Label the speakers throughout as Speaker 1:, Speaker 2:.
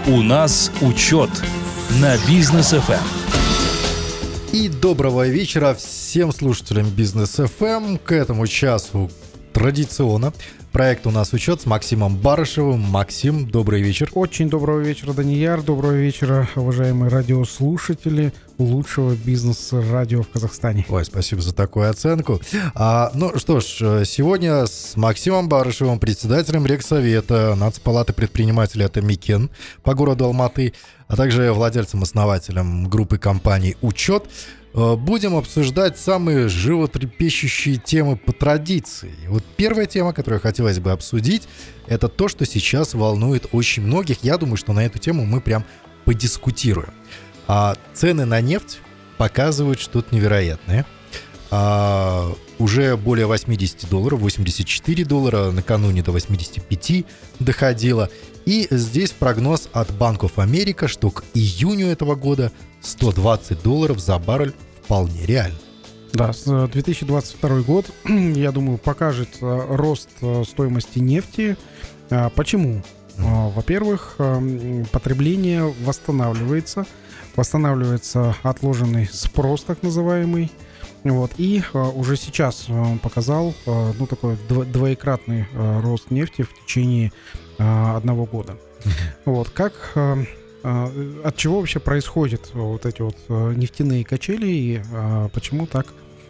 Speaker 1: У нас учет на Бизнес ФМ.
Speaker 2: И доброго вечера всем слушателям Бизнес ФМ. К этому часу традиционно проект «У нас учет» с Максимом Барышевым. Максим, добрый вечер.
Speaker 3: Очень доброго вечера, Данияр. Доброго вечера, уважаемые радиослушатели лучшего бизнес-радио в Казахстане.
Speaker 2: Ой, спасибо за такую оценку. Ну что ж, сегодня с Максимом Барышевым, председателем Рексовета Нацпалаты предпринимателей от Микен по городу Алматы, а также владельцем-основателем группы компаний «Учет», будем обсуждать самые животрепещущие темы по традиции. Вот первая тема, которую хотелось бы обсудить, это то, что сейчас волнует очень многих. Я думаю, что на эту тему мы прям подискутируем. Цены на нефть показывают что-то невероятное. Уже более $80, $84, накануне до 85 доходило. И здесь прогноз от Bank of America, что к июню этого года $120 за баррель вполне реально.
Speaker 3: Да, 2022 год, я думаю, покажет рост стоимости нефти. Почему? Во-первых, потребление восстанавливается отложенный спрос, так называемый. Вот, и уже сейчас он показал такой двоекратный рост нефти в течение 1 года. Вот, от чего вообще происходят вот эти вот нефтяные качели и почему так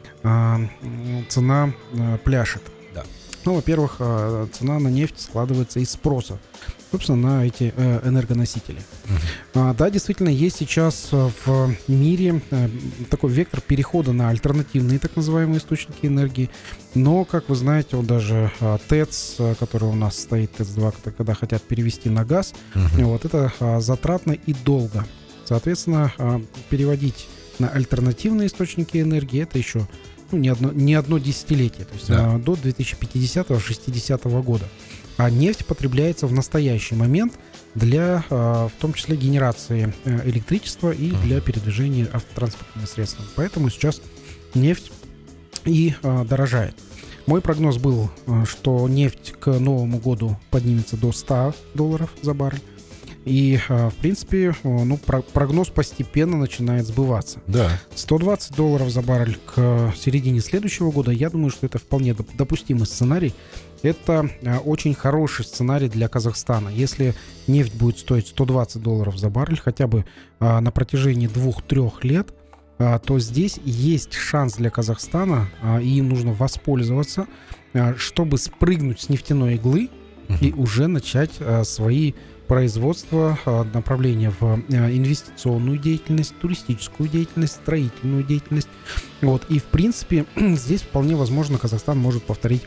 Speaker 3: цена пляшет?
Speaker 2: Да.
Speaker 3: Ну, во-первых, цена на нефть складывается из спроса, собственно, на эти энергоносители. Да, действительно, есть сейчас в мире такой вектор перехода на альтернативные так называемые источники энергии. Но, как вы знаете, вот даже ТЭЦ, который у нас стоит, ТЭЦ-2, когда хотят перевести на газ, вот это затратно и долго. Соответственно, переводить на альтернативные источники энергии это еще не одно десятилетие, то есть до 2050-60 года. А нефть потребляется в настоящий момент для, в том числе, генерации электричества и для передвижения автотранспортными средствами. Поэтому сейчас нефть и дорожает. Мой прогноз был, что нефть к Новому году поднимется до $100 за баррель. И, в принципе, прогноз постепенно начинает сбываться.
Speaker 2: Да.
Speaker 3: $120 за баррель к середине следующего года, я думаю, что это вполне допустимый сценарий. Это очень хороший сценарий для Казахстана. Если нефть будет стоить $120 за баррель хотя бы на протяжении 2-3 лет, то здесь есть шанс для Казахстана, и им нужно воспользоваться, чтобы спрыгнуть с нефтяной иглы и уже начать свои производство, направление в инвестиционную деятельность, туристическую деятельность, строительную деятельность. Вот. И, в принципе, здесь вполне возможно Казахстан может повторить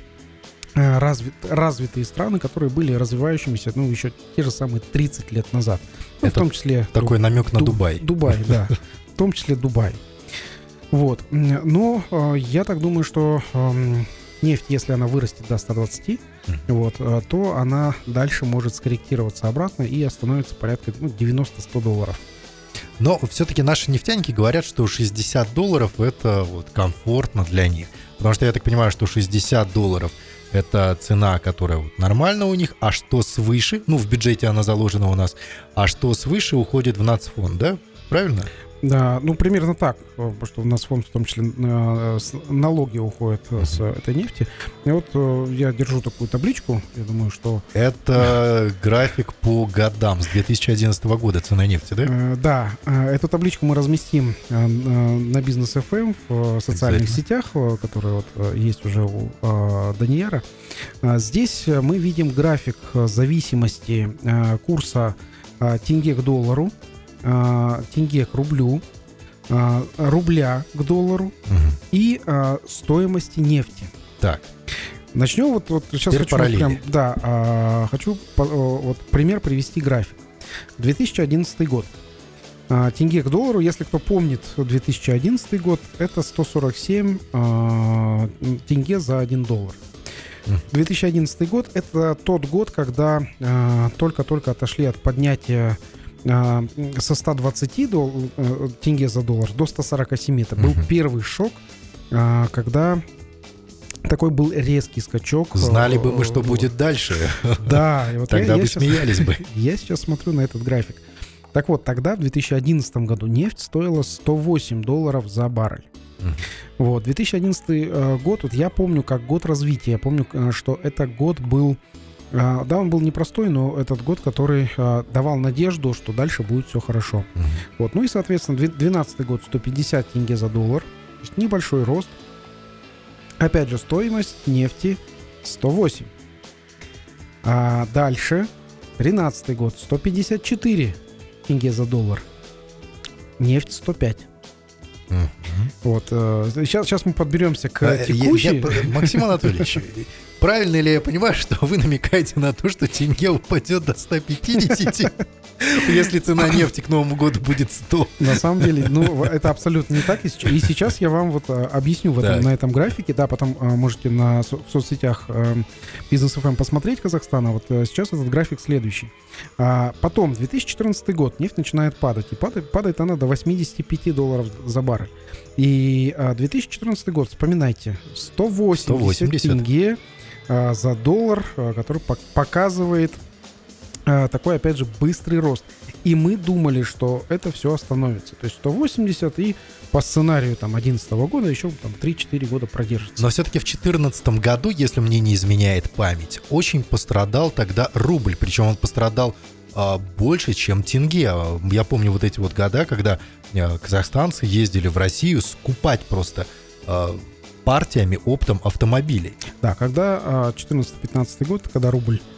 Speaker 3: развитые страны, которые были развивающимися, еще те же самые 30 лет назад.
Speaker 2: Это
Speaker 3: в том числе
Speaker 2: такой намек на Дубай.
Speaker 3: Дубай, да. В том числе Дубай. Вот. Но я так думаю, что нефть, если она вырастет до 120, то она дальше может скорректироваться обратно и остановится порядка $90-100.
Speaker 2: Но все-таки наши нефтяники говорят, что $60 это комфортно для них. Потому что я так понимаю, что $60 это цена, которая нормально у них, а что свыше, в бюджете она заложена у нас, а что свыше уходит в нацфонд, да? Правильно?
Speaker 3: Да, примерно так, потому что у нас фонд, в том числе, налоги уходят с этой нефти. И вот я держу такую табличку, я думаю, что...
Speaker 2: Это график по годам с 2011 года цена нефти, да?
Speaker 3: Да, эту табличку мы разместим на Бизнес ФМ в социальных сетях, которые есть уже у Данияра. Здесь мы видим график зависимости курса тенге к доллару, тенге к рублю, рубля к доллару и стоимости нефти.
Speaker 2: Так.
Speaker 3: Начнем сейчас хочу пример привести график. 2011 год. Тенге к доллару, если кто помнит 2011 год, это 147 тенге за $1. 2011 год — это тот год, когда только-только отошли от поднятия со 120 тенге за доллар до 147. Это был первый шок, когда такой был резкий скачок.
Speaker 2: Знали бы мы, что будет дальше.
Speaker 3: Да. И вот
Speaker 2: тогда бы смеялись бы.
Speaker 3: Я сейчас смотрю на этот график. Так вот, тогда, в 2011 году, нефть стоила $108 за баррель. Вот, 2011 год, вот я помню, как год развития. Я помню, что этот год был... Да, он был непростой, но этот год, который давал надежду, что дальше будет все хорошо. Вот, ну и, соответственно, 2012 год 150 тенге за доллар. То есть небольшой рост. Опять же, стоимость нефти 108. А дальше, 2013 год, 154 тенге за доллар. Нефть 105. Вот. Сейчас мы подберемся к текущей.
Speaker 2: Максим Анатольевич, правильно ли я понимаю, что вы намекаете на то, что тенге упадет до 150, если цена нефти к Новому году будет 100?
Speaker 3: На самом деле, ну, это абсолютно не так. И сейчас я вам вот объясню на этом графике. Да, потом можете в соцсетях Бизнес ФМ посмотреть Казахстана. Вот сейчас этот график следующий. Потом, 2014 год, нефть начинает падать. И падает она до $85 за баррель. И 2014 год, вспоминайте, 180 тенге за доллар, который показывает такой, опять же, быстрый рост. И мы думали, что это все остановится. То есть 180 и по сценарию 2011 года еще 3-4 года продержится.
Speaker 2: Но все-таки в 2014 году, если мне не изменяет память, очень пострадал тогда рубль. Причем он пострадал больше, чем тенге. Я помню вот эти вот года, когда казахстанцы ездили в Россию скупать просто партиями оптом автомобилей.
Speaker 3: Да, когда 14-15 год, когда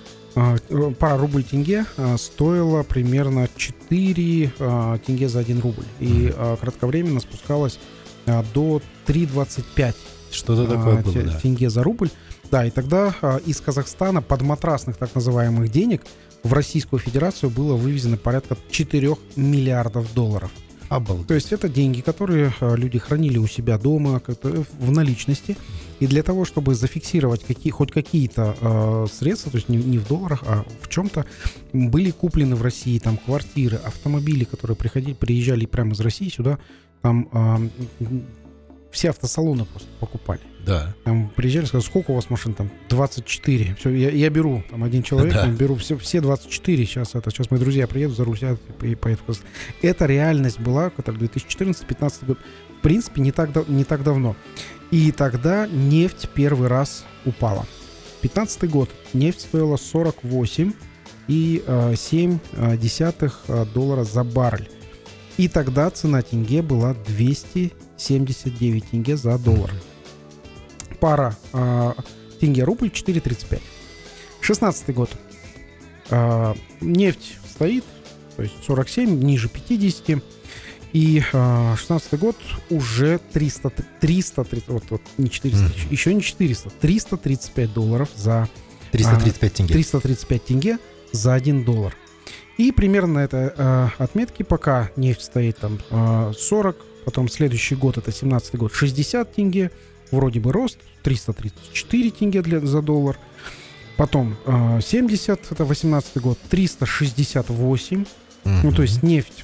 Speaker 3: пара рубль-тенге стоила примерно 4 тенге за 1 рубль. И кратковременно спускалась до 3,25
Speaker 2: что-то такое было, да.
Speaker 3: Тенге за рубль. Да, и тогда из Казахстана подматрасных так называемых денег в Российскую Федерацию было вывезено порядка $4 миллиардов.
Speaker 2: Обалдеть.
Speaker 3: То есть это деньги, которые люди хранили у себя дома в наличности. И для того, чтобы зафиксировать хоть какие-то средства, то есть не в долларах, а в чем-то, были куплены в России там квартиры, автомобили, которые приезжали прямо из России сюда. Там все автосалоны просто покупали.
Speaker 2: Да.
Speaker 3: Там приезжали, сказали, сколько у вас машин? Там 24. Все, я беру, там один человек,
Speaker 2: да.
Speaker 3: Беру все 24. Сейчас мои друзья приедут, зарусят и поедут. Это реальность была, которая 2014-2015 год. В принципе, не так давно. И тогда нефть первый раз упала. 2015 год нефть стоила $48,7 за баррель. И тогда цена тенге была 279 тенге за доллар. Пара тенге-рубль 4,35. 16 год. Нефть стоит, то есть 47, ниже 50. И 16 год уже 300, вот не 400, еще не 400, $335 за...
Speaker 2: 335 тенге.
Speaker 3: 335 тенге за $1. И примерно на этой отметке, пока нефть стоит там 40, потом следующий год, это 17 год, 60 тенге, вроде бы рост, 334 тенге за доллар. Потом 70, это 18 год, 368. Ну, то есть нефть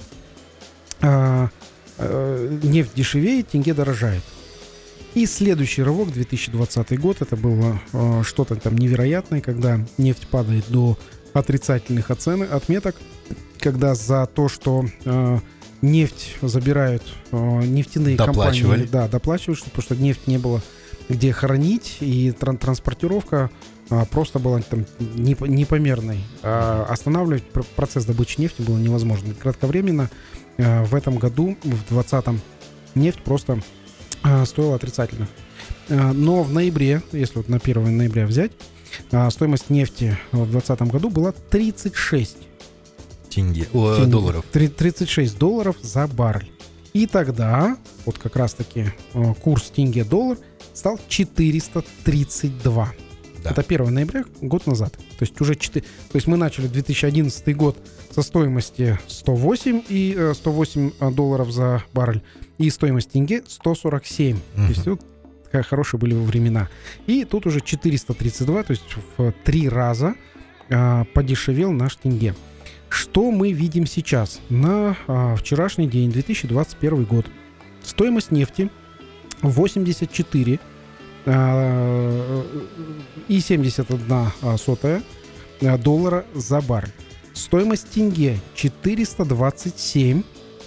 Speaker 3: дешевеет, тенге дорожает. И следующий рывок, 2020 год, это было что-то там невероятное, когда нефть падает до отрицательных отметок, когда за то, что нефть забирают нефтяные компании, да, доплачивают, потому что нефть не было где хранить, и транспортировка просто была там непомерной. Останавливать процесс добычи нефти было невозможно. Кратковременно в этом году, в 2020-м, нефть просто стоила отрицательно. Но в ноябре, если вот на 1 ноября взять, стоимость нефти в 2020 году была 36
Speaker 2: долларов.
Speaker 3: $36 за баррель. И тогда, вот как раз-таки курс тенге-доллар стал 432. Да. Это 1 ноября, год назад. То есть уже то есть мы начали 2011 год со стоимости 108 и $108 за баррель. И стоимость тенге 147. То есть вот хорошие были времена. И тут уже 432, то есть в 3 раза подешевел наш тенге. Что мы видим сейчас? На вчерашний день, 2021 год, стоимость нефти 84 и 71 сотая доллара за баррель. Стоимость тенге 427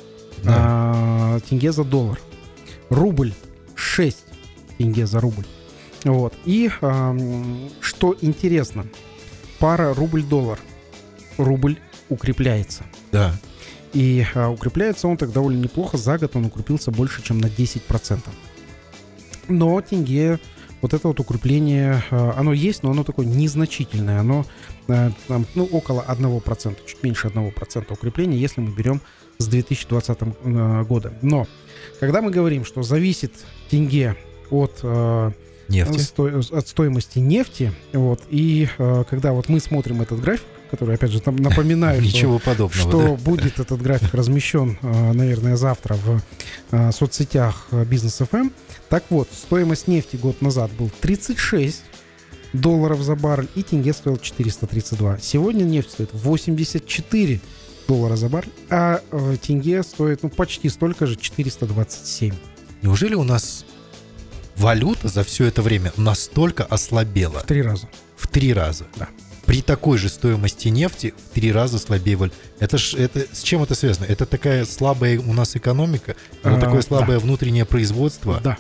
Speaker 3: тенге за доллар. Рубль 6 тенге за рубль. Вот. И что интересно, пара рубль-доллар. Рубль укрепляется.
Speaker 2: Да.
Speaker 3: И укрепляется он так довольно неплохо. За год он укрепился больше, чем на 10%. Но тенге, вот это вот укрепление, оно есть, но оно такое незначительное. Оно около 1%, чуть меньше 1% укрепления, если мы берем с 2020 года. Но когда мы говорим, что зависит тенге от стоимости нефти, вот, и когда вот мы смотрим этот график, который, опять же, там напоминаю,
Speaker 2: ничего подобного,
Speaker 3: что будет этот график размещен, наверное, завтра в соцсетях Бизнес ФМ. Так вот, стоимость нефти год назад был 36 долларов за баррель, и тенге стоил 432. Сегодня нефть стоит 84 доллара за баррель, а тенге стоит почти столько же, 427.
Speaker 2: Неужели у нас валюта за все это время настолько ослабела?
Speaker 3: В 3 раза.
Speaker 2: В 3 раза?
Speaker 3: Да.
Speaker 2: При такой же стоимости нефти в 3 раза слабее валюта. Это с чем это связано? Это такая слабая у нас экономика? Это такое слабое внутреннее производство?
Speaker 3: Да.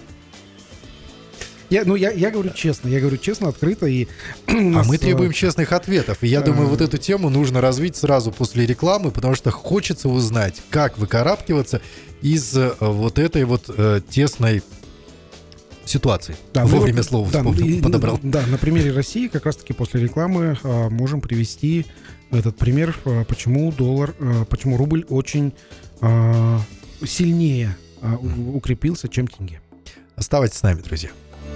Speaker 3: Я говорю честно, открыто. И
Speaker 2: мы требуем честных ответов. И я думаю, вот эту тему нужно развить сразу после рекламы, потому что хочется узнать, как выкарабкиваться из вот этой вот тесной ситуации.
Speaker 3: Да,
Speaker 2: вовремя слово подобрал.
Speaker 3: Да, на примере России как раз-таки после рекламы можем привести этот пример, почему рубль очень сильнее укрепился, чем тенге.
Speaker 2: Оставайтесь с нами, друзья.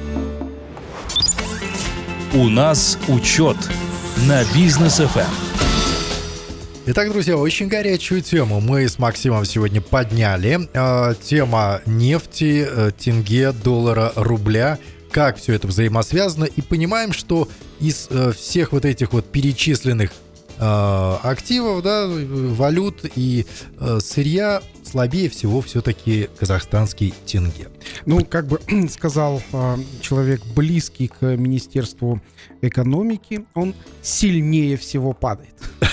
Speaker 1: У нас учет на Бизнес ФМ.
Speaker 2: Итак, друзья, очень горячую тему мы с Максимом сегодня подняли. Тема нефти, тенге, доллара, рубля. Как все это взаимосвязано. И понимаем, что из всех вот этих вот перечисленных активов, да, валют и сырья слабее всего все-таки казахстанский тенге.
Speaker 3: Как бы сказал человек, близкий к Министерству экономики, он сильнее всего падает.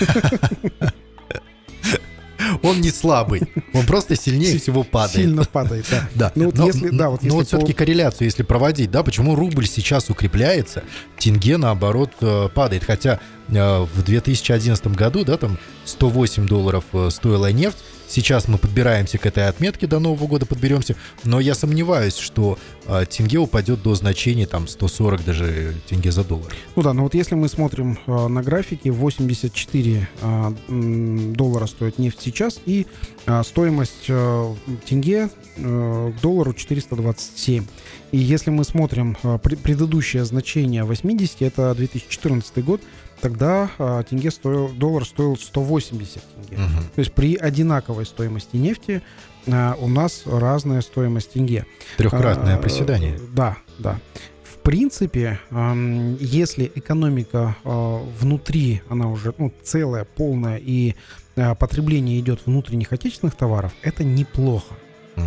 Speaker 2: Он не слабый, он просто сильнее всего падает.
Speaker 3: Сильно падает, да.
Speaker 2: Но вот все-таки корреляцию, если проводить, да, почему рубль сейчас укрепляется, тенге, наоборот, падает. Хотя в 2011 году, да, там 108 долларов стоила нефть. Сейчас мы подбираемся к этой отметке, до Нового года подберемся, но я сомневаюсь, что тенге упадет до значений там 140 даже тенге за доллар.
Speaker 3: Но вот если мы смотрим на графике, 84 доллара стоит нефть сейчас, и стоимость тенге к доллару 427. И если мы смотрим предыдущее значение 80, это 2014 год, тогда доллар стоил 180 тенге. То есть при одинаковой стоимости нефти у нас разная стоимость тенге.
Speaker 2: Трехкратное приседание.
Speaker 3: Да. В принципе, если экономика внутри, она уже целая, полная, и потребление идет внутренних отечественных товаров, это неплохо.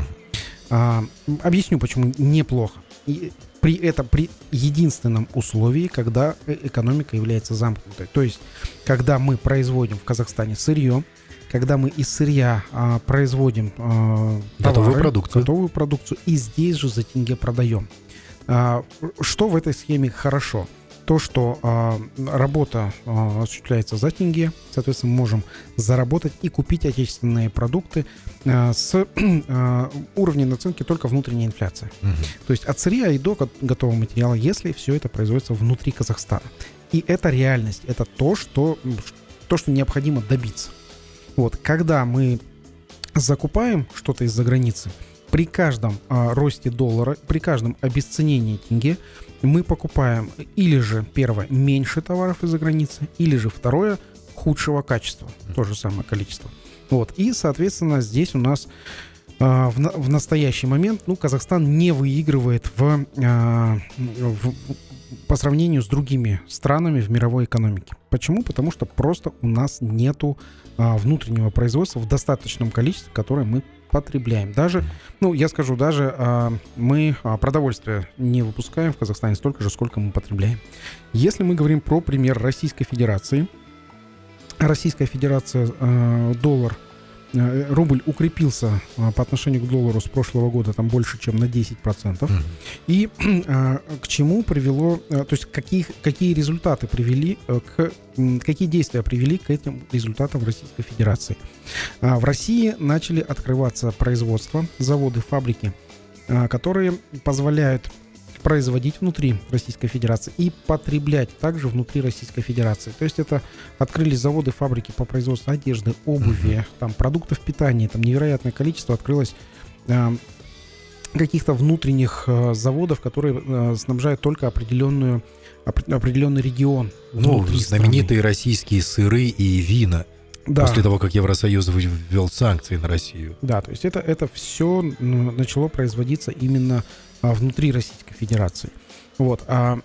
Speaker 3: Объясню, почему неплохо. И при единственном условии, когда экономика является замкнутой. То есть, когда мы производим в Казахстане сырье, когда мы из сырья производим готовую продукцию, и здесь же за тенге продаем. Что в этой схеме хорошо? То, что работа осуществляется за тенге, соответственно, мы можем заработать и купить отечественные продукты с уровнем наценки только внутренняя инфляция. То есть от сырья и до готового материала, если все это производится внутри Казахстана. И это реальность, это то, что необходимо добиться. Вот, когда мы закупаем что-то из-за границы, при каждом росте доллара, при каждом обесценении тенге мы покупаем или же, первое, меньше товаров из-за границы, или же, второе, худшего качества, то же самое количество. Вот. И, соответственно, здесь у нас в настоящий момент Казахстан не выигрывает по сравнению с другими странами в мировой экономике. Почему? Потому что просто у нас нету внутреннего производства в достаточном количестве, которое мы потребляем. Даже, я скажу, даже мы продовольствие не выпускаем в Казахстане столько же, сколько мы потребляем. Если мы говорим про пример Российской Федерации, рубль укрепился по отношению к доллару с прошлого года там больше, чем на 10%. И к чему привело, то есть какие результаты привели, какие действия привели к этим результатам в Российской Федерации? В России начали открываться производства, заводы, фабрики, которые позволяют производить внутри Российской Федерации и потреблять также внутри Российской Федерации. То есть это открылись заводы, фабрики по производству одежды, обуви, там, продуктов питания, там невероятное количество открылось каких-то внутренних заводов, которые снабжают только определенный регион.
Speaker 2: Знаменитые российские сыры и вина. Да. После того, как Евросоюз ввел санкции на Россию.
Speaker 3: Да, то есть это все начало производиться именно внутри Российской Федерации. Вот.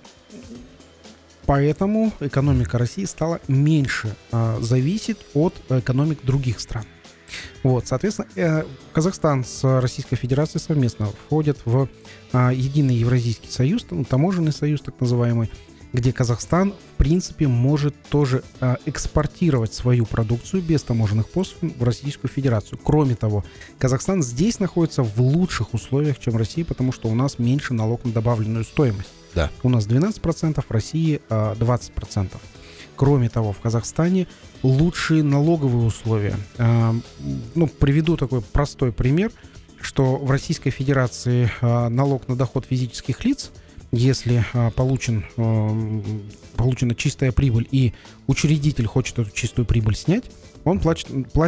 Speaker 3: Поэтому экономика России стала меньше зависеть от экономик других стран. Вот, соответственно, Казахстан с Российской Федерацией совместно входят в единый Евразийский союз, таможенный союз так называемый, где Казахстан, в принципе, может тоже экспортировать свою продукцию без таможенных пошлин в Российскую Федерацию. Кроме того, Казахстан здесь находится в лучших условиях, чем Россия, потому что у нас меньше налог на добавленную стоимость.
Speaker 2: Да.
Speaker 3: У нас 12%, в России 20%. Кроме того, в Казахстане лучшие налоговые условия. Приведу такой простой пример, что в Российской Федерации налог на доход физических лиц, если получена чистая прибыль и учредитель хочет эту чистую прибыль снять, он платит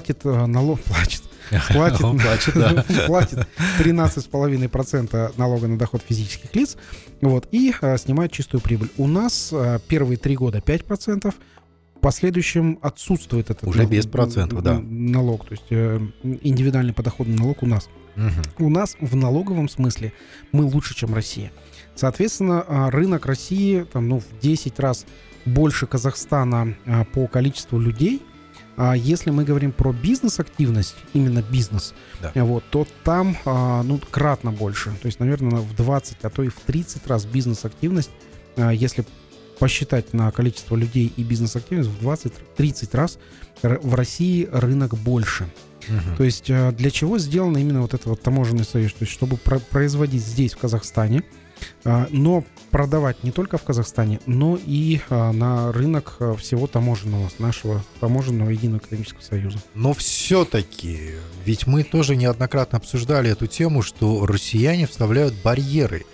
Speaker 3: 13,5% налога на доход физических лиц, вот, и снимает чистую прибыль. У нас первые 3 года 5%, в последующем отсутствует этот
Speaker 2: уже без процентов, да,
Speaker 3: налог, то есть индивидуальный подоходный налог у нас. У нас в налоговом смысле мы лучше, чем Россия. Соответственно, рынок России в 10 раз больше Казахстана по количеству людей. Если мы говорим про бизнес-активность, именно бизнес, да, то там кратно больше. То есть, наверное, в 20, а то и в 30 раз бизнес-активность, если посчитать на количество людей и бизнес-активность, в 20-30 раз в России рынок больше. То есть для чего сделан именно вот этот таможенный союз? То есть чтобы производить здесь, в Казахстане, но продавать не только в Казахстане, но и на рынок всего таможенного, нашего таможенного единого экономического союза.
Speaker 2: Но все-таки, ведь мы тоже неоднократно обсуждали эту тему, что россияне вставляют барьеры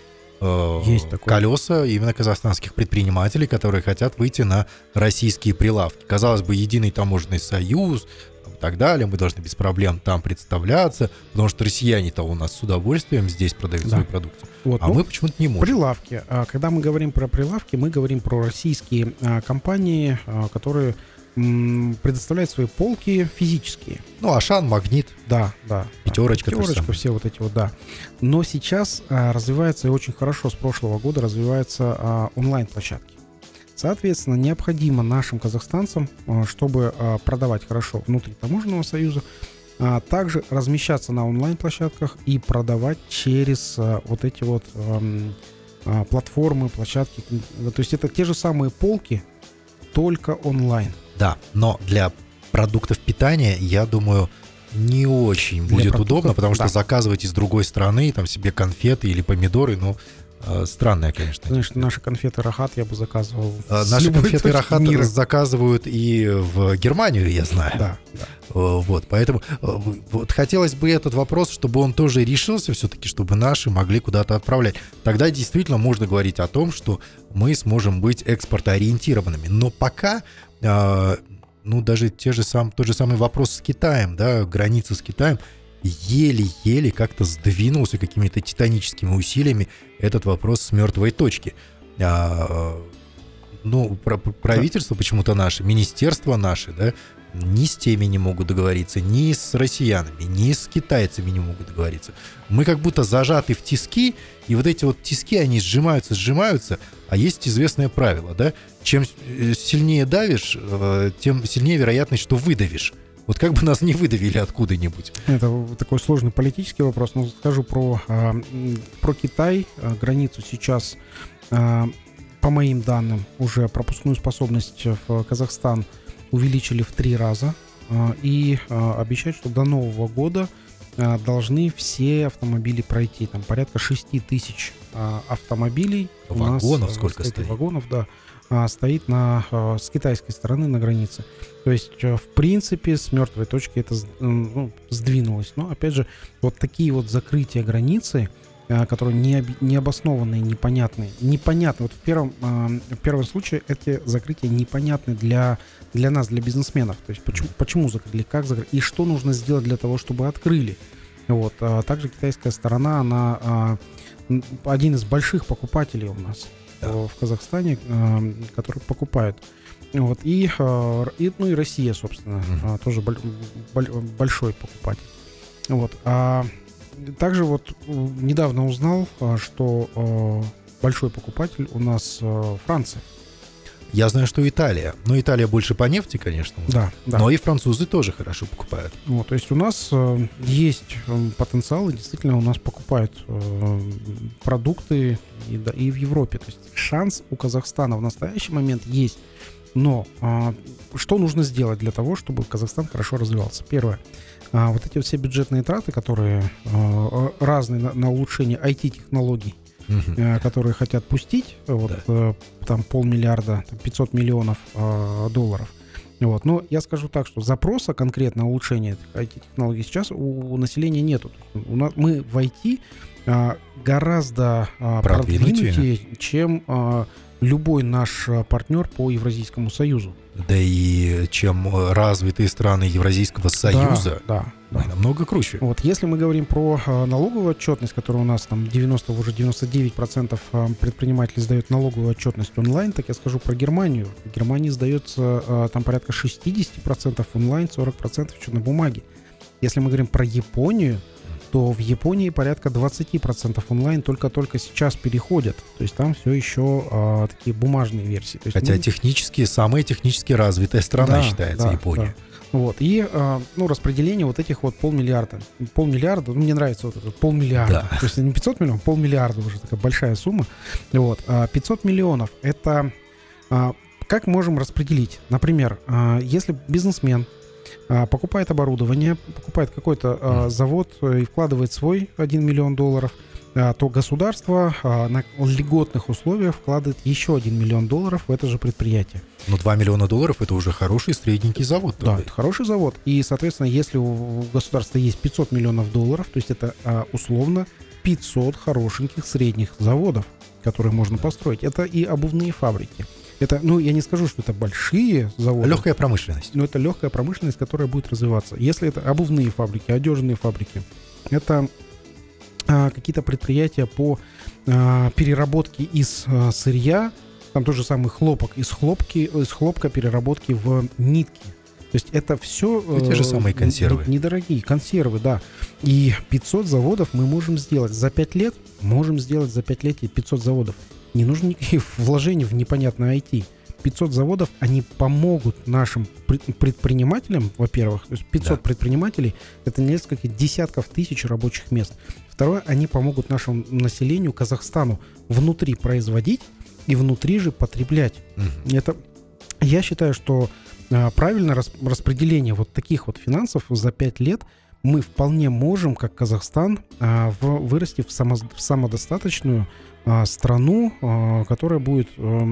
Speaker 2: колеса именно казахстанских предпринимателей, которые хотят выйти на российские прилавки. Казалось бы, единый таможенный союз и так далее, мы должны без проблем там представляться, потому что россияне-то у нас с удовольствием здесь продают свою продукцию, мы почему-то не можем.
Speaker 3: Прилавки. Когда мы говорим про прилавки, мы говорим про российские компании, которые предоставляют свои полки физические.
Speaker 2: Ашан, Магнит.
Speaker 3: Да.
Speaker 2: Пятерочка,
Speaker 3: все вот эти да. Но сейчас развивается и очень хорошо с прошлого года развиваются онлайн-площадки. Соответственно, необходимо нашим казахстанцам, чтобы продавать хорошо внутри таможенного союза, также размещаться на онлайн-площадках и продавать через вот эти платформы, площадки. То есть это те же самые полки, только онлайн.
Speaker 2: Да, но для продуктов питания, я думаю, не очень будет удобно, потому что заказывать из другой страны, там себе конфеты или помидоры, странная, конечно.
Speaker 3: Знаешь, наши конфеты Рахат я бы заказывал.
Speaker 2: Наши конфеты Рахат заказывают и в Германию, я знаю.
Speaker 3: Да.
Speaker 2: Поэтому хотелось бы этот вопрос, чтобы он тоже решился все-таки, чтобы наши могли куда-то отправлять. Тогда действительно можно говорить о том, что мы сможем быть экспортоориентированными. Но пока, даже тот же самый вопрос с Китаем, да, граница с Китаем, еле-еле как-то сдвинулся какими-то титаническими усилиями этот вопрос с мертвой точки. Правительство почему-то наше, министерство наше, да, ни с теми не могут договориться, ни с россиянами, ни с китайцами не могут договориться. Мы как будто зажаты в тиски, и вот эти тиски, они сжимаются, а есть известное правило, да, чем сильнее давишь, тем сильнее вероятность, что выдавишь. Вот как бы нас не выдавили откуда-нибудь.
Speaker 3: Это такой сложный политический вопрос. Но скажу про Китай. Границу сейчас, по моим данным, уже пропускную способность в Казахстан увеличили в 3 раза. И обещают, что до Нового года должны все автомобили пройти. Там порядка 6 тысяч автомобилей.
Speaker 2: Вагонов сколько стоит?
Speaker 3: Вагонов, да. Стоит с китайской стороны на границе. То есть, в принципе, с мертвой точки это сдвинулось. Но, опять же, вот такие вот закрытия границы, которые необоснованные, непонятные. Непонятно. Вот в первом случае эти закрытия непонятны для нас, для бизнесменов. То есть, почему закрыли, как закрыли, и что нужно сделать для того, чтобы открыли. Вот. Также китайская сторона, она один из больших покупателей у нас в Казахстане, которые покупают. Вот. И Россия, собственно, тоже большой покупатель. Вот. Также вот недавно узнал, что большой покупатель у нас Франция.
Speaker 2: Я знаю, что Италия. Но Италия больше по нефти, конечно.
Speaker 3: Да.
Speaker 2: Но и французы тоже хорошо покупают.
Speaker 3: Вот, то есть у нас есть потенциал, и действительно у нас покупают продукты и в Европе. То есть шанс у Казахстана в настоящий момент есть. Но что нужно сделать для того, чтобы Казахстан хорошо развивался? Первое. Вот эти все бюджетные траты, которые разные на улучшение IT-технологий, которые хотят пустить, вот, там 500 миллиона, 500 миллионов долларов. Вот. Но я скажу так, что запроса конкретно улучшения IT-технологий сейчас у населения нету. Мы в IT гораздо продвинутее, чем любой наш партнер по Евразийскому Союзу.
Speaker 2: Да и чем развитые страны Евразийского Союза, мы намного круче.
Speaker 3: Вот, если мы говорим про налоговую отчетность, которая у нас там уже 99% предпринимателей сдают налоговую отчетность онлайн, так я скажу про Германию. В Германии сдается там порядка 60% онлайн, 40% еще на бумаге. Если мы говорим про Японию, то в Японии порядка 20% онлайн только сейчас переходят. То есть там все еще такие бумажные версии. То есть,
Speaker 2: хотя самая технически развитая страна считается Япония.
Speaker 3: Да. Вот. И распределение вот этих вот полмиллиарда. Мне нравится вот это полмиллиарда.
Speaker 2: Да.
Speaker 3: То есть не 500 миллионов, полмиллиарда уже такая большая сумма. Вот. 500 миллионов — это как можем распределить? Например, если бизнесмен покупает оборудование, покупает какой-то завод и вкладывает свой $1 миллион, то государство на льготных условиях вкладывает еще $1 миллион в это же предприятие.
Speaker 2: Но $2 миллиона — это уже хороший средненький завод.
Speaker 3: Да, это хороший завод. И, соответственно, если у государства есть $500 миллионов, то есть это условно 500 хорошеньких средних заводов, которые можно построить. Это и обувные фабрики. Это, я не скажу, что это большие заводы.
Speaker 2: Легкая промышленность.
Speaker 3: Но это легкая промышленность, которая будет развиваться. Если это обувные фабрики, одежные фабрики, это какие-то предприятия по переработке из сырья, там тот же самый хлопок, из хлопка переработки в нитки. То есть это все...
Speaker 2: те же самые консервы.
Speaker 3: Недорогие консервы, да. И 500 заводов мы можем сделать за 5 лет. Можем сделать за 5 лет и 500 заводов. Не нужно никаких вложений в непонятное IT. 500 заводов, они помогут нашим предпринимателям, во-первых. То есть 500 предпринимателей — это несколько десятков тысяч рабочих мест. Второе, они помогут нашему населению, Казахстану, внутри производить и внутри же потреблять. Это, я считаю, что правильное распределение вот таких вот финансов за 5 лет мы вполне можем, как Казахстан, вырасти в самодостаточную страну, которая будет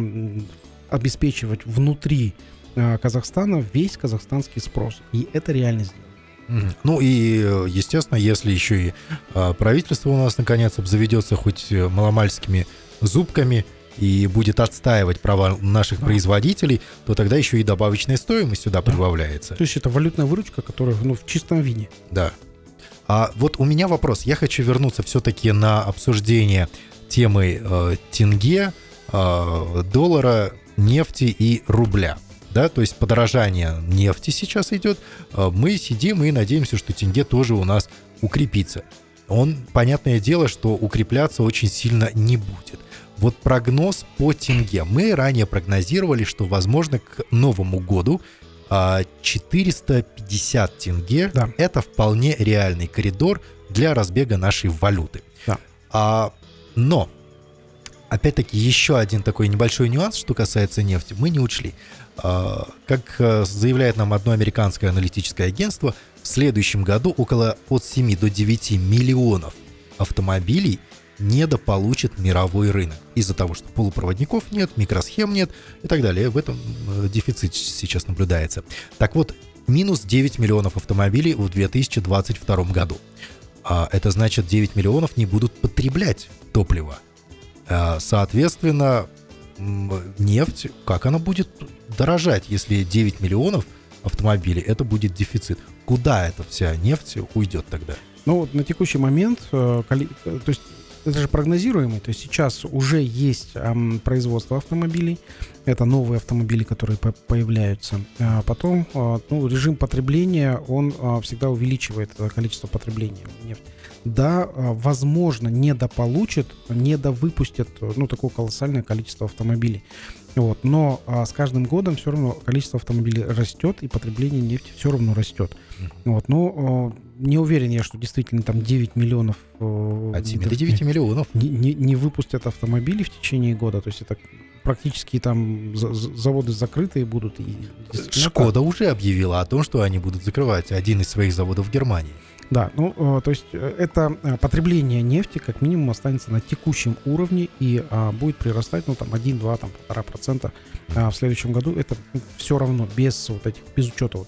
Speaker 3: обеспечивать внутри Казахстана весь казахстанский спрос. И это реально сделано.
Speaker 2: Ну и, естественно, если еще и правительство у нас наконец обзаведется хоть маломальскими зубками и будет отстаивать права наших производителей, то тогда еще и добавочная стоимость сюда прибавляется.
Speaker 3: То есть это валютная выручка, которая в чистом виде.
Speaker 2: Да. А вот у меня вопрос. Я хочу вернуться все-таки на обсуждение темы тенге, доллара, нефти и рубля. Да, то есть подорожание нефти сейчас идет. Мы сидим и надеемся, что тенге тоже у нас укрепится. Понятное дело, что укрепляться очень сильно не будет. Вот прогноз по тенге. Мы ранее прогнозировали, что, возможно, к Новому году 450 тенге
Speaker 3: Да.
Speaker 2: это вполне реальный коридор для разбега нашей валюты.
Speaker 3: Да.
Speaker 2: Но, опять-таки, еще один такой небольшой нюанс, что касается нефти, мы не учли. Как заявляет нам одно американское аналитическое агентство, в следующем году от 7 до 9 миллионов автомобилей недополучит мировой рынок из-за того, что полупроводников нет, микросхем нет и так далее. В этом дефицит сейчас наблюдается. Так вот, минус 9 миллионов автомобилей в 2022 году. Это значит, 9 миллионов не будут потреблять топливо. Соответственно, нефть, как она будет дорожать, если 9 миллионов автомобилей, это будет дефицит? Куда эта вся нефть уйдет тогда?
Speaker 3: Ну, вот на текущий момент, то есть это же прогнозируемый, то есть сейчас уже есть производство автомобилей, это новые автомобили, которые появляются. Потом, режим потребления, он всегда увеличивает количество потребления нефти. Да, возможно, недовыпустят, такое колоссальное количество автомобилей. Вот. Но с каждым годом все равно количество автомобилей растет, и потребление нефти все равно растет. Вот. Но не уверен я, что действительно там 9 миллионов...
Speaker 2: От 7 до 9 миллионов.
Speaker 3: Не выпустят автомобили в течение года. То есть это практически там заводы закрытые будут.
Speaker 2: Шкода уже объявила о том, что они будут закрывать один из своих заводов в Германии.
Speaker 3: Да, то есть это потребление нефти как минимум останется на текущем уровне и будет прирастать, 1, 2, 1,5% в следующем году. Это все равно без учета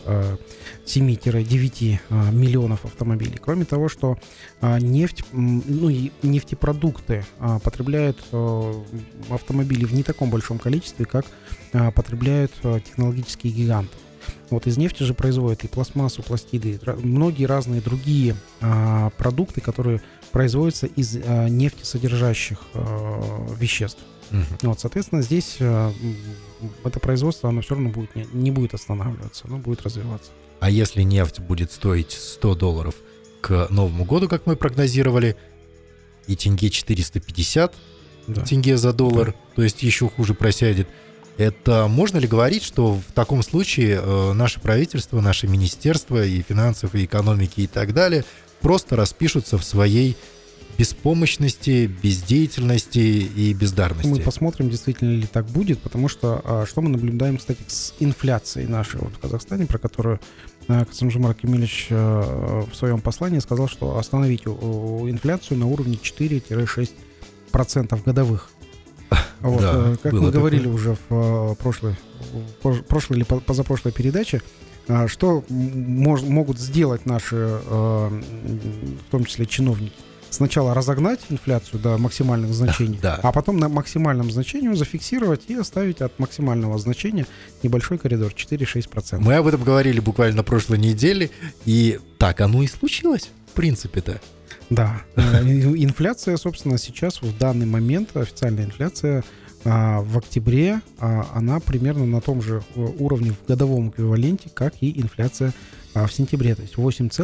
Speaker 3: 7-9 миллионов автомобилей. Кроме того, что нефть, и нефтепродукты потребляют автомобили в не таком большом количестве, как потребляют технологические гиганты. Вот из нефти же производят и пластмассу, пластиды, многие разные другие продукты, которые производятся из нефтесодержащих веществ. Вот, соответственно, здесь это производство, оно все равно не будет останавливаться, оно будет развиваться.
Speaker 2: А если нефть будет стоить $100 к Новому году, как мы прогнозировали, и тенге 450 тенге за доллар, то есть еще хуже просядет, это можно ли говорить, что в таком случае наше правительство, наше министерство и финансов, и экономики и так далее просто распишутся в своей беспомощности, бездеятельности и бездарности?
Speaker 3: Мы посмотрим, действительно ли так будет, потому что что мы наблюдаем, кстати, с инфляцией нашей в Казахстане, про которую Касым-Жомарт Кемелевич в своем послании сказал, что остановить инфляцию на уровне 4-6% годовых. Вот,
Speaker 2: да,
Speaker 3: как мы говорили уже в прошлой или позапрошлой передаче, что могут сделать наши, в том числе чиновники. Сначала разогнать инфляцию до максимальных значений, а потом на максимальном значении зафиксировать и оставить от максимального значения небольшой коридор 4-6%.
Speaker 2: Мы об этом говорили буквально на прошлой неделе, и так оно и случилось, в принципе-то.
Speaker 3: Да, инфляция, собственно, сейчас в данный момент, официальная инфляция в октябре, она примерно на том же уровне в годовом эквиваленте, как и инфляция в сентябре, то есть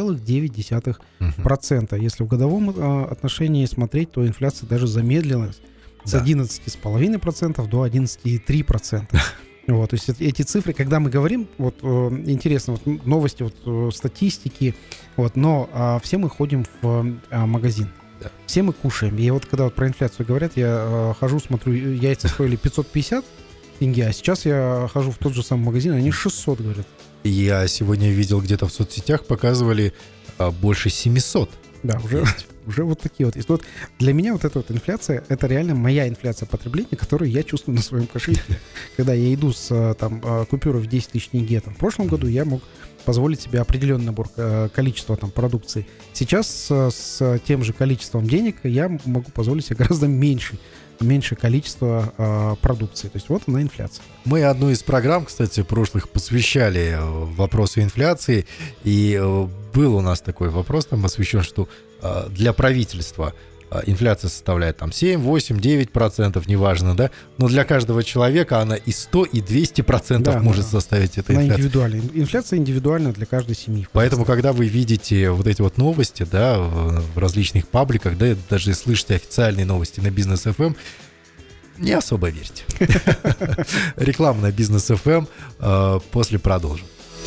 Speaker 3: 8,9%. Если в годовом отношении смотреть, то инфляция даже замедлилась с 11,5% до 11,3%. Вот, то есть эти цифры, когда мы говорим, интересно, новости, статистики, но все мы ходим в магазин, все мы кушаем. И когда про инфляцию говорят, я хожу, смотрю, яйца стоили 550 тенге, а сейчас я хожу в тот же самый магазин, они 600, говорят.
Speaker 2: Я сегодня видел где-то в соцсетях, показывали больше 700.
Speaker 3: Да, уже вот такие вот. И для меня эта инфляция, это реально моя инфляция потребления, которую я чувствую на своем кошельке. Когда я иду с купюрой в 10 тысяч тенге, в прошлом году я мог позволить себе определенный набор количества продукции. Сейчас с тем же количеством денег я могу позволить себе гораздо меньшее количество продукции. То есть вот она инфляция.
Speaker 2: Мы одну из программ, кстати, прошлых посвящали вопросу инфляции, и был у нас такой вопрос там освещен, что для правительства инфляция составляет 7, 8, 9%, неважно, да, но для каждого человека она и 100, и 200% может составить эта инфляция.
Speaker 3: Индивидуальная. Инфляция индивидуальна для каждой семьи.
Speaker 2: Поэтому, когда вы видите вот эти новости, да, в различных пабликах, да, даже слышите официальные новости на Бизнес FM, Не особо верьте. Реклама на Бизнес ФМ. После продолжим.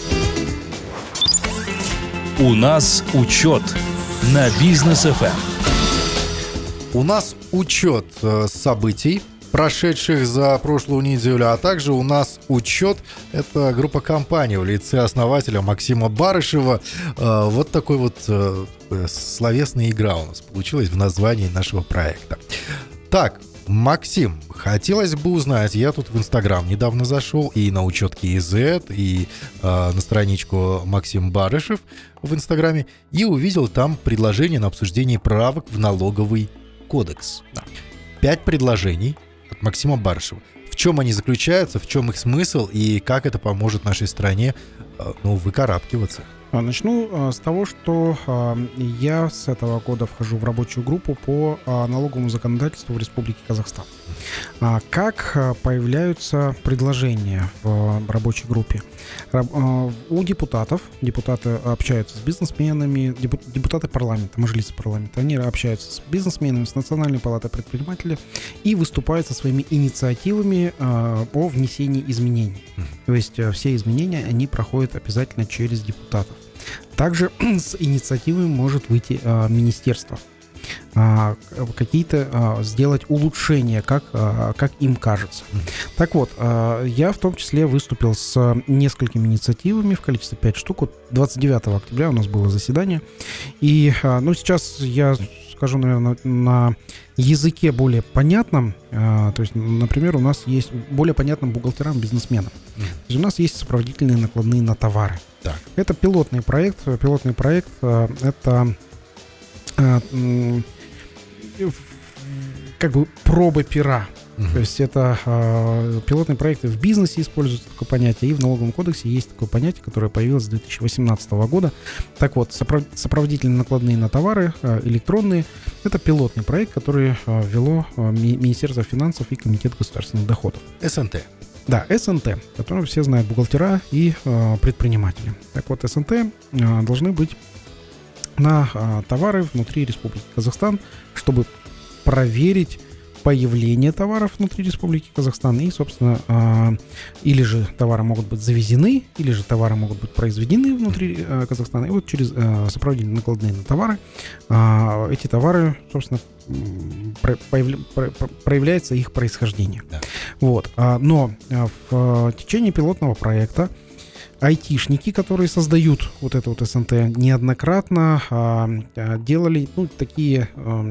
Speaker 1: У нас учет на Бизнес ФМ.
Speaker 2: У нас учет событий, прошедших за прошлую неделю, а также у нас учет, это группа компаний в лице основателя Максима Барышева. Вот такой вот словесная игра у нас получилась в названии нашего проекта. Так, Максим, хотелось бы узнать, я тут в Инстаграм недавно зашел, и на учет KZ, и на страничку Максим Барышев в Инстаграме, и увидел там предложение на обсуждение правок в налоговый кодекс. 5 предложений от Максима Барышева. В чем они заключаются, в чем их смысл, и как это поможет нашей стране выкарабкиваться?
Speaker 3: Начну с того, что я с этого года вхожу в рабочую группу по налоговому законодательству в Республике Казахстан. Как появляются предложения в рабочей группе? У депутаты общаются с бизнесменами, депутаты парламента, мажилиса парламента, они общаются с бизнесменами, с Национальной палатой предпринимателей и выступают со своими инициативами о внесении изменений. То есть все изменения, они проходят обязательно через депутатов. Также с инициативой может выйти министерство. Какие-то сделать улучшения, как им кажется. Так вот, я в том числе выступил с несколькими инициативами в количестве 5 штук. Вот 29 октября у нас было заседание. И сейчас я скажу, наверное, на языке более понятном. То есть, например, у нас есть более понятным бухгалтерам, бизнесменам. То есть у нас есть сопроводительные накладные на товары.
Speaker 2: Так.
Speaker 3: Это пилотный проект. Пилотный проект это как бы проба пера. То есть это пилотные проекты в бизнесе используют такое понятие, и в налоговом кодексе есть такое понятие, которое появилось с 2018 года. Так вот, сопроводительные накладные на товары электронные — это пилотный проект, который ввело Министерство финансов и Комитет государственных доходов.
Speaker 2: СНТ.
Speaker 3: Да, СНТ, который все знают, бухгалтера и предприниматели. Так вот, СНТ должны быть на товары внутри Республики Казахстан, чтобы проверить появление товаров внутри Республики Казахстан. И, собственно, или же товары могут быть завезены, или же товары могут быть произведены внутри Казахстана. И вот через сопроводительные накладные на товары эти товары, собственно, проявляется их происхождение. Да. Вот. Но в течение пилотного проекта айтишники, которые создают вот это вот СНТ, неоднократно делали такие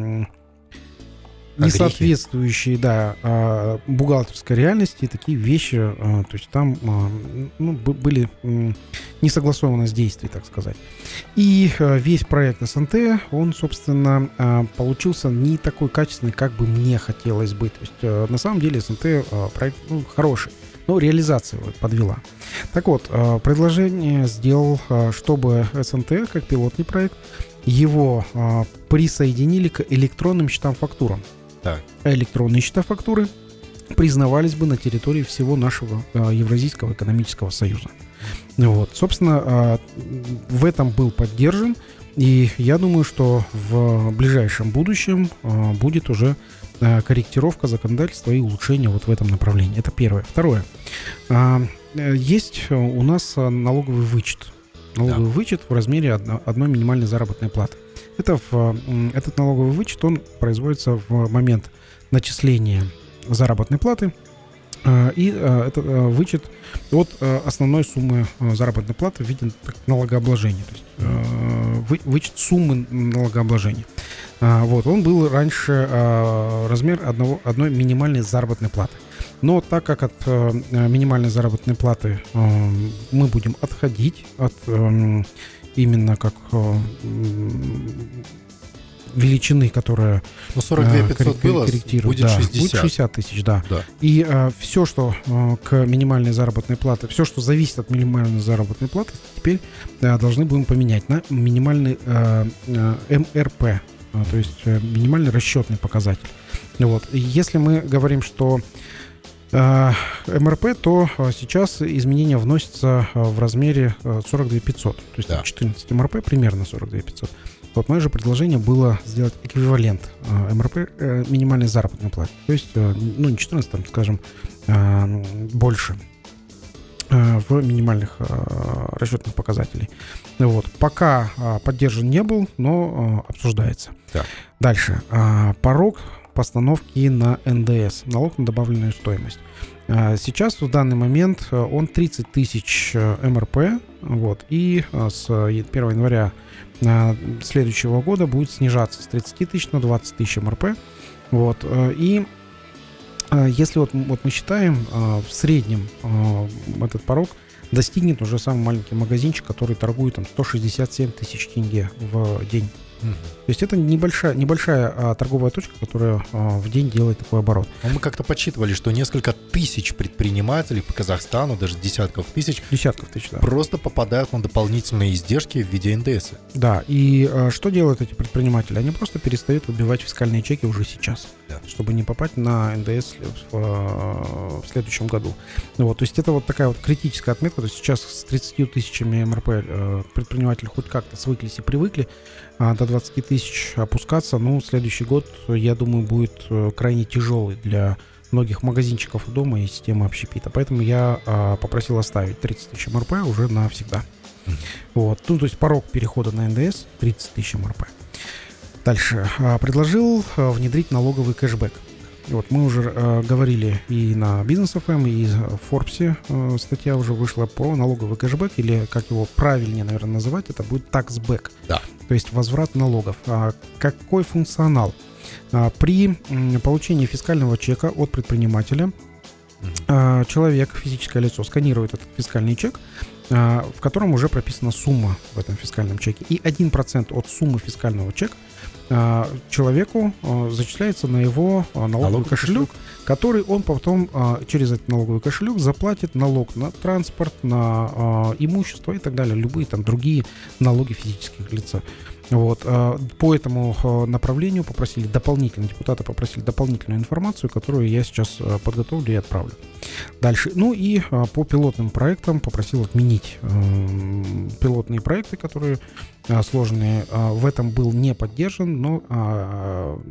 Speaker 3: несоответствующие бухгалтерской реальности такие вещи, то есть там были несогласованность действий, так сказать. И весь проект СНТ, он, собственно, получился не такой качественный, как бы мне хотелось бы. То есть на самом деле СНТ проект хороший, но реализация подвела. Так вот, предложение сделал, чтобы СНТ, как пилотный проект, его присоединили к электронным счетам-фактурам.
Speaker 2: Так.
Speaker 3: Электронные счета-фактуры признавались бы на территории всего нашего Евразийского экономического союза. Вот. Собственно, в этом был поддержан, и я думаю, что в ближайшем будущем будет уже корректировка законодательства и улучшение вот в этом направлении. Это первое. Второе. Есть у нас налоговый вычет. Налоговый вычет в размере одной минимальной заработной платы. Этот налоговый вычет, он производится в момент начисления заработной платы. И этот вычет от основной суммы заработной платы в виде налогообложения. То есть вычет суммы налогообложения. Вот, он был раньше размер одной минимальной заработной платы. Но так как от минимальной заработной платы мы будем отходить от именно как величины, которая
Speaker 2: 42 500 было, будет 60.
Speaker 3: Будет 60 тысяч, да. И все, что к минимальной заработной плате, все, что зависит от минимальной заработной платы, теперь должны будем поменять на минимальный МРП, то есть минимальный расчетный показатель. Вот. И если мы говорим, что МРП, то сейчас изменения вносятся в размере 42 500. То есть 14 МРП примерно 42 500. Вот мое же предложение было сделать эквивалент МРП минимальной заработной платы. То есть, не 14, там, скажем, больше в минимальных расчетных показателей. Вот. Пока поддержан не был, но обсуждается.
Speaker 2: Да.
Speaker 3: Дальше. Порог постановки на НДС, налог на добавленную стоимость. Сейчас, в данный момент, он 30 тысяч МРП, вот, и с 1 января следующего года будет снижаться с 30 тысяч на 20 тысяч МРП. Вот, и если вот мы считаем, в среднем этот порог достигнет уже самый маленький магазинчик, который торгует там 167 тысяч тенге в день. То есть это небольшая торговая точка, которая в день делает такой оборот.
Speaker 2: Мы как-то подсчитывали, что несколько тысяч предпринимателей по Казахстану, даже десятков тысяч,
Speaker 3: да.
Speaker 2: просто попадают на дополнительные издержки в виде НДС.
Speaker 3: Да, и что делают эти предприниматели? Они просто перестают выбивать фискальные чеки уже сейчас, чтобы не попасть на НДС в следующем году. Вот, то есть это вот такая вот критическая отметка. То есть сейчас с 30 тысячами МРП предприниматели хоть как-то свыклись и привыкли, до 20 тысяч опускаться, следующий год, я думаю, будет крайне тяжелый для многих магазинчиков у дома и системы общепита. Поэтому я попросил оставить 30 тысяч МРП уже навсегда. Вот. То есть порог перехода на НДС 30 тысяч МРП. Дальше. Предложил внедрить налоговый кэшбэк. Вот, мы уже говорили и на Business FM, и в Forbes статья уже вышла про налоговый кэшбэк, или, как его правильнее, наверное, называть, это будет таксбэк.
Speaker 2: Да.
Speaker 3: То есть возврат налогов. Какой функционал? При получении фискального чека от предпринимателя человек, физическое лицо, сканирует этот фискальный чек, в котором уже прописана сумма в этом фискальном чеке. И 1% от суммы фискального чека человеку зачисляется на его налоговый кошелек, который он потом через этот налоговый кошелек заплатит налог на транспорт, на имущество и так далее, любые там другие налоги физических лиц. Вот. По этому направлению депутаты попросили дополнительную информацию, которую я сейчас подготовлю и отправлю. Дальше. И по пилотным проектам попросил отменить пилотные проекты, которые сложные. В этом был не поддержан, но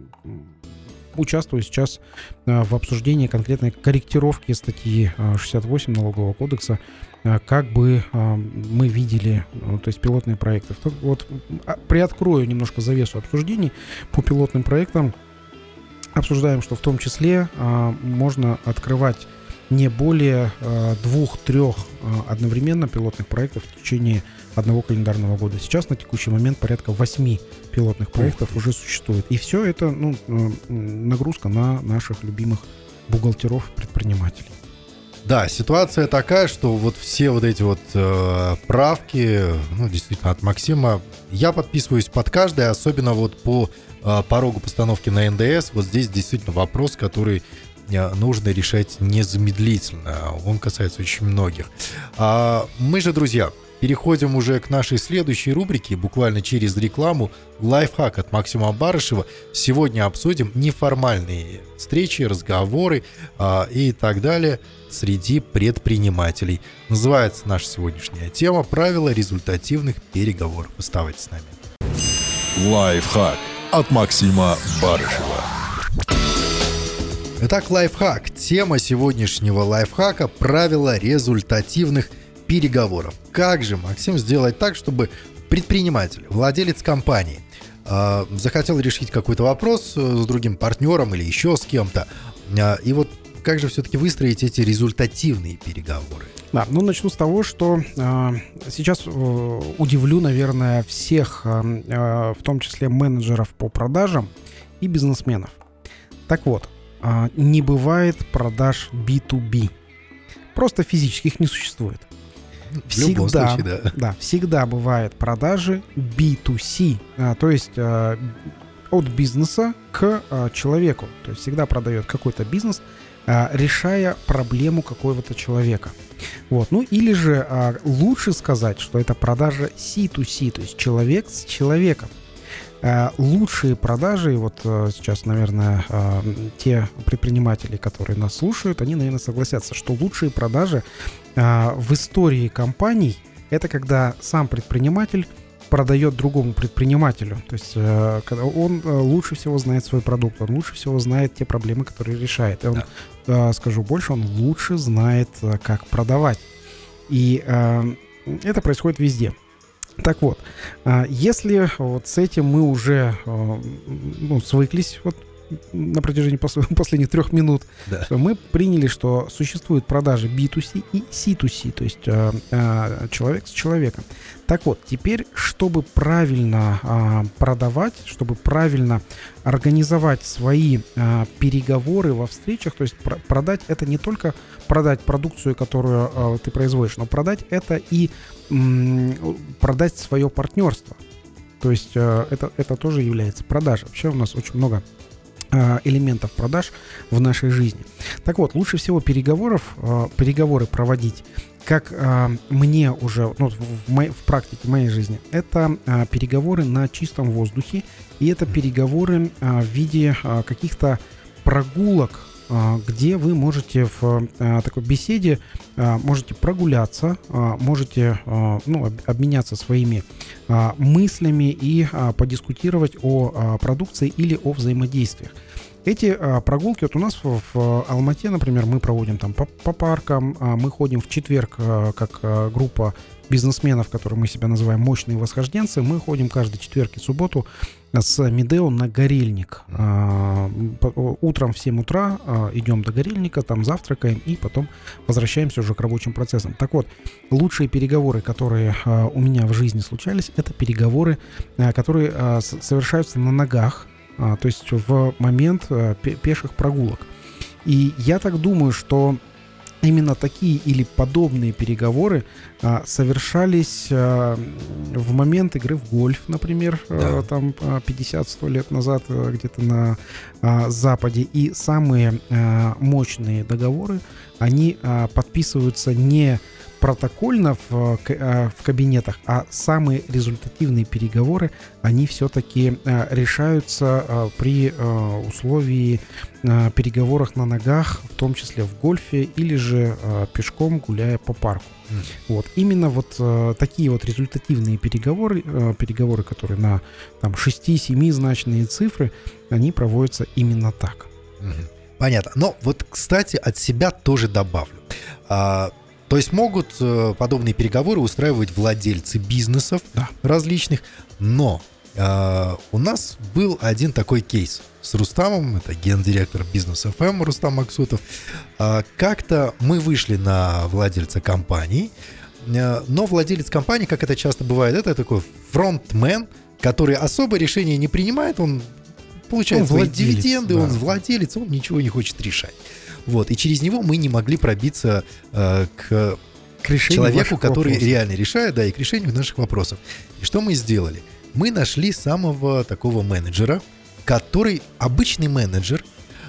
Speaker 3: участвую сейчас в обсуждении конкретной корректировки статьи 68 Налогового кодекса, как бы мы видели, то есть пилотные проекты. Вот приоткрою немножко завесу обсуждений по пилотным проектам. Обсуждаем, что в том числе можно открывать не более 2-3 одновременно пилотных проектов в течение одного календарного года. Сейчас на текущий момент порядка 8 пилотных проектов уже существует. И все это нагрузка на наших любимых бухгалтеров, предпринимателей.
Speaker 2: Да, ситуация такая, что вот все вот эти вот правки, действительно, от Максима, я подписываюсь под каждое, особенно вот по порогу постановки на НДС. Вот здесь действительно вопрос, который нужно решать незамедлительно. Он касается очень многих. Мы же, друзья, переходим уже к нашей следующей рубрике, буквально через рекламу. Лайфхак от Максима Барышева. Сегодня обсудим неформальные встречи, разговоры и так далее среди предпринимателей. Называется наша сегодняшняя тема «Правила результативных переговоров». Оставайтесь с нами.
Speaker 1: Лайфхак от Максима Барышева.
Speaker 2: Итак, лайфхак. Тема сегодняшнего лайфхака – правила результативных переговоров. Как же, Максим, сделать так, чтобы предприниматель, владелец компании захотел решить какой-то вопрос с другим партнером или еще с кем-то, и вот как же все-таки выстроить эти результативные переговоры?
Speaker 3: Да, начну с того, что сейчас удивлю, наверное, всех, в том числе менеджеров по продажам и бизнесменов. Так вот, не бывает продаж B2B. Просто физически их не существует.
Speaker 2: В любом случае, да.
Speaker 3: Всегда бывают продажи B2C, то есть от бизнеса к человеку. То есть всегда продает какой-то бизнес, решая проблему какого-то человека. Вот. Или же лучше сказать, что это продажа C2C, то есть человек с человеком. Лучшие продажи, вот сейчас, наверное, те предприниматели, которые нас слушают, они, наверное, согласятся, что лучшие продажи в истории компаний — это когда сам предприниматель продает другому предпринимателю. То есть когда он лучше всего знает свой продукт, он лучше всего знает те проблемы, которые решает. И он, скажу больше, он лучше знает, как продавать. И это происходит везде. Так вот, если вот с этим мы уже свыклись вот на протяжении последних 3 минут, что мы приняли, что существуют продажи B2C и C2C, то есть человек с человеком. Так вот, теперь, чтобы правильно продавать, чтобы правильно организовать свои переговоры во встречах, то есть продать — это не только продать продукцию, которую ты производишь, но продать — это и продать свое партнерство. То есть это тоже является продажей. Вообще у нас очень много элементов продаж в нашей жизни. Так вот, лучше всего переговоры проводить, как мне уже в практике моей жизни, это переговоры на чистом воздухе, и это переговоры в виде каких-то прогулок, где вы можете в такой беседе можете прогуляться, можете обменяться своими мыслями и подискутировать о продукции или о взаимодействиях. Эти прогулки вот у нас в Алмате, например, мы проводим там по паркам, мы ходим в четверг как группа бизнесменов, которые мы себя называем мощные восхожденцы, мы ходим каждый четверг и субботу с Медео на Горельник. Утром в 7 утра идем до Горельника, там завтракаем и потом возвращаемся уже к рабочим процессам. Так вот, лучшие переговоры, которые у меня в жизни случались, это переговоры, которые совершаются на ногах, то есть в момент пеших прогулок. И я так думаю, что именно такие или подобные переговоры совершались в момент игры в гольф, например, там 50-100 лет назад где-то на Западе. И самые мощные договоры, они подписываются не протокольно в кабинетах, а самые результативные переговоры, они все-таки решаются при условии переговорах на ногах, в том числе в гольфе или же пешком, гуляя по парку. Вот. Именно вот такие вот результативные переговоры, которые на 6-7-значные цифры, они проводятся именно так.
Speaker 2: Понятно. Но вот, кстати, от себя тоже добавлю. То есть могут подобные переговоры устраивать владельцы бизнесов различных, но у нас был один такой кейс с Рустамом, это гендиректор Бизнес ФМ Рустам Максутов. Как-то мы вышли на владельца компании, но владелец компании, как это часто бывает, это такой фронтмен, который особо решения не принимает, он получает свои дивиденды, он владелец, он ничего не хочет решать. Вот, и через него мы не могли пробиться к человеку, который реально решает, и к решению наших вопросов. И что мы сделали? Мы нашли самого такого менеджера, который обычный менеджер,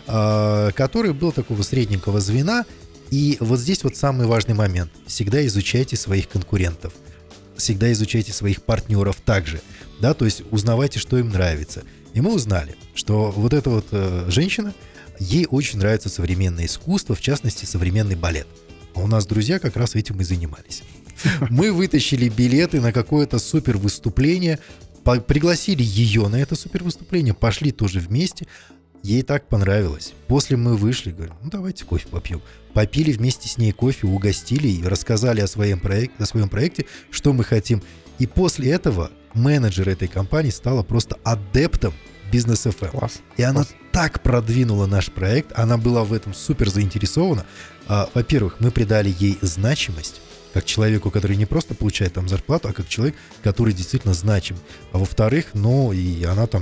Speaker 2: который был такого средненького звена. И вот здесь вот самый важный момент. Всегда изучайте своих конкурентов. Всегда изучайте своих партнеров также. Да, то есть узнавайте, что им нравится. И мы узнали, что вот эта вот женщина, ей очень нравится современное искусство, в частности, современный балет. А у нас друзья как раз этим и занимались. Мы вытащили билеты на какое-то супер выступление, пригласили ее на это супер выступление, пошли тоже вместе. Ей так понравилось. После мы вышли, говорим, давайте кофе попьем. Попили вместе с ней кофе, угостили и рассказали о своем проекте, что мы хотим. И после этого менеджер этой компании стала просто адептом Бизнес ФМ. И она так продвинула наш проект, она была в этом супер заинтересована. Во-первых, мы придали ей значимость, как человеку, который не просто получает там зарплату, а как человек, который действительно значим. А во-вторых, и она там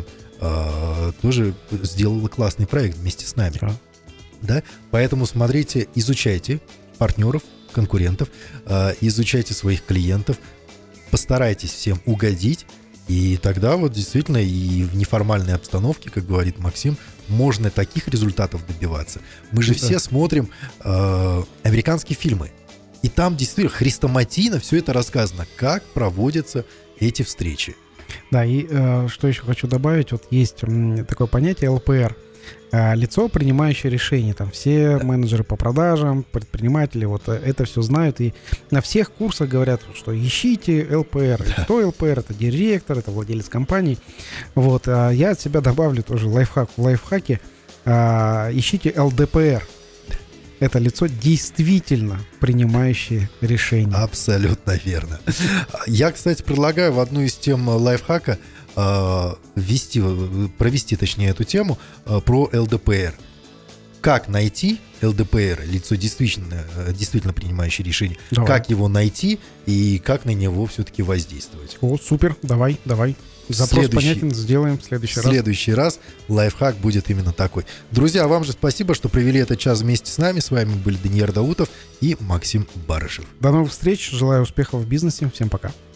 Speaker 2: тоже сделала классный проект вместе с нами. Да? Поэтому смотрите, изучайте партнеров, конкурентов, изучайте своих клиентов, постарайтесь всем угодить. И тогда вот действительно и в неформальной обстановке, как говорит Максим, можно таких результатов добиваться. Мы же все смотрим американские фильмы. И там действительно хрестоматийно все это рассказано, как проводятся эти встречи.
Speaker 3: Да, и что еще хочу добавить, вот есть такое понятие ЛПР. лицо, принимающее решение. Там все менеджеры по продажам, предприниматели, вот это все знают. И на всех курсах говорят, что ищите ЛПР. И кто ЛПР? Это директор, это владелец компании. Вот. А я от себя добавлю тоже лайфхак в лайфхаке. Ищите ЛДПР. Это лицо, действительно принимающее решения.
Speaker 2: Абсолютно верно. Я, кстати, предлагаю в одну из тем лайфхака провести, точнее, эту тему про ЛДПР. Как найти ЛДПР, лицо действительно принимающее решение,
Speaker 3: Давай.
Speaker 2: как его найти и как на него все-таки воздействовать.
Speaker 3: О, супер, давай. Запрос понятен, сделаем в следующий раз.
Speaker 2: В следующий раз лайфхак будет именно такой. Друзья, вам же спасибо, что провели этот час вместе с нами. С вами были Даниил Даутов и Максим Барышев.
Speaker 3: До новых встреч, желаю успехов в бизнесе, всем пока.